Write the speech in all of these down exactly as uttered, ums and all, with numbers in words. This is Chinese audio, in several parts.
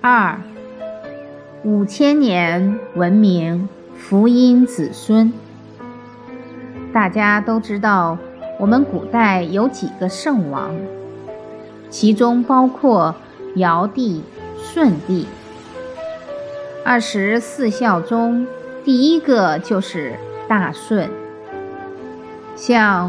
二、五千年文明福音子孙。大家都知道，我们古代有几个圣王，其中包括尧帝、舜帝。二十四孝中，第一个就是大舜。像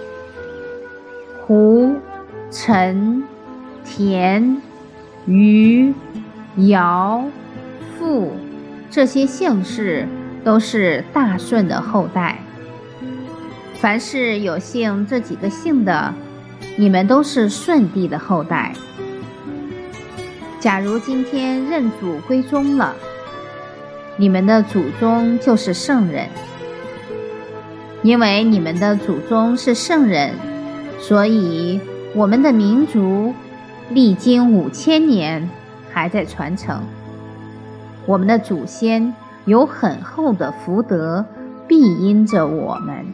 胡、陈、田、虞、尧、傅这些姓氏都是大舜的后代。凡是有姓这几个姓的，你们都是舜帝的后代。假如今天认祖归宗了，你们的祖宗就是圣人。因为你们的祖宗是圣人，所以我们的民族历经五千年还在传承。我们的祖先有很厚的福德庇荫着我们。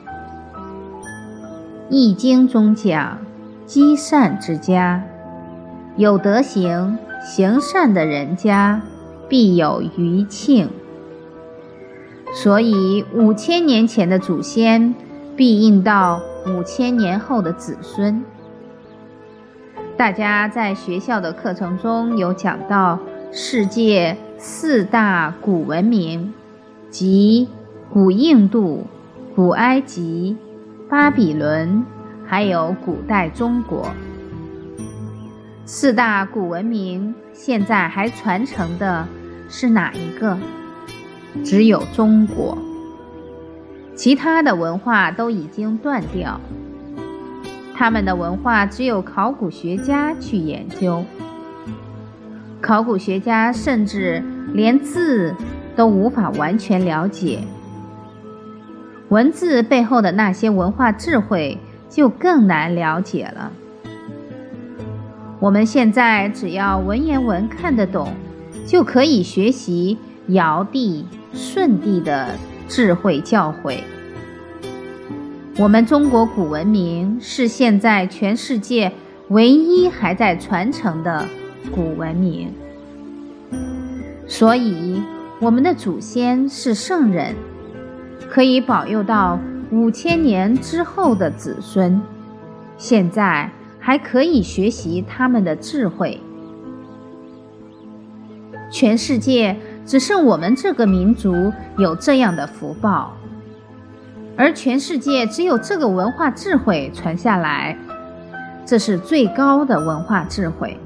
易经中讲，积善之家，有德行行善的人家必有余庆。所以五千年前的祖先庇荫到五千年后的子孙。大家在学校的课程中有讲到世界四大古文明，即古印度、古埃及、巴比伦，还有古代中国。四大古文明现在还传承的是哪一个？只有中国，其他的文化都已经断掉。他们的文化只有考古学家去研究，考古学家甚至连字都无法完全了解，文字背后的那些文化智慧就更难了解了。我们现在只要文言文看得懂，就可以学习尧帝、舜帝的智慧教诲。我们中国古文明是现在全世界唯一还在传承的古文明，所以我们的祖先是圣人，可以保佑到五千年之后的子孙，现在还可以学习他们的智慧。全世界只剩我们这个民族有这样的福报，而全世界只有这个文化智慧传下来，这是最高的文化智慧。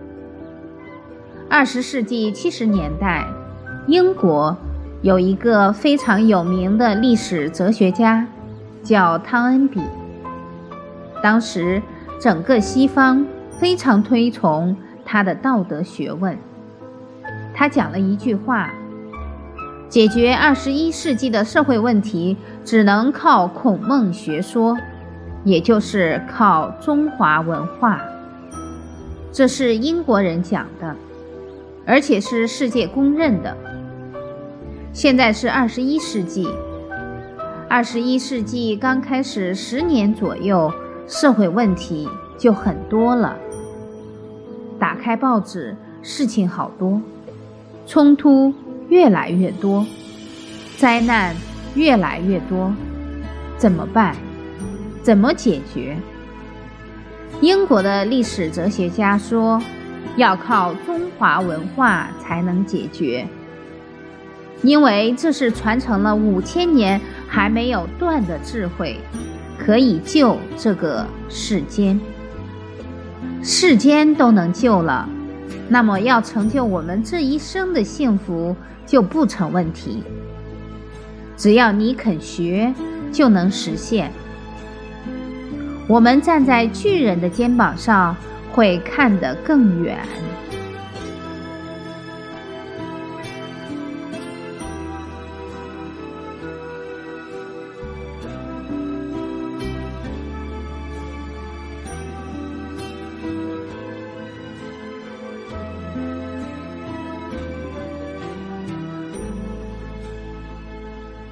二十世纪七十年代，英国有一个非常有名的历史哲学家，叫汤恩比。当时整个西方非常推崇他的道德学问。他讲了一句话：解决二十一世纪的社会问题只能靠孔孟学说，也就是靠中华文化。这是英国人讲的，而且是世界公认的。现在是二十一世纪，二十一世纪刚开始十年左右，社会问题就很多了。打开报纸，事情好多，冲突越来越多，灾难越来越多，怎么办？怎么解决？英国的历史哲学家说，要靠中华文化才能解决，因为这是传承了五千年还没有断的智慧，可以救这个世间。世间都能救了，那么要成就我们这一生的幸福就不成问题。只要你肯学，就能实现。我们站在巨人的肩膀上，会看得更远。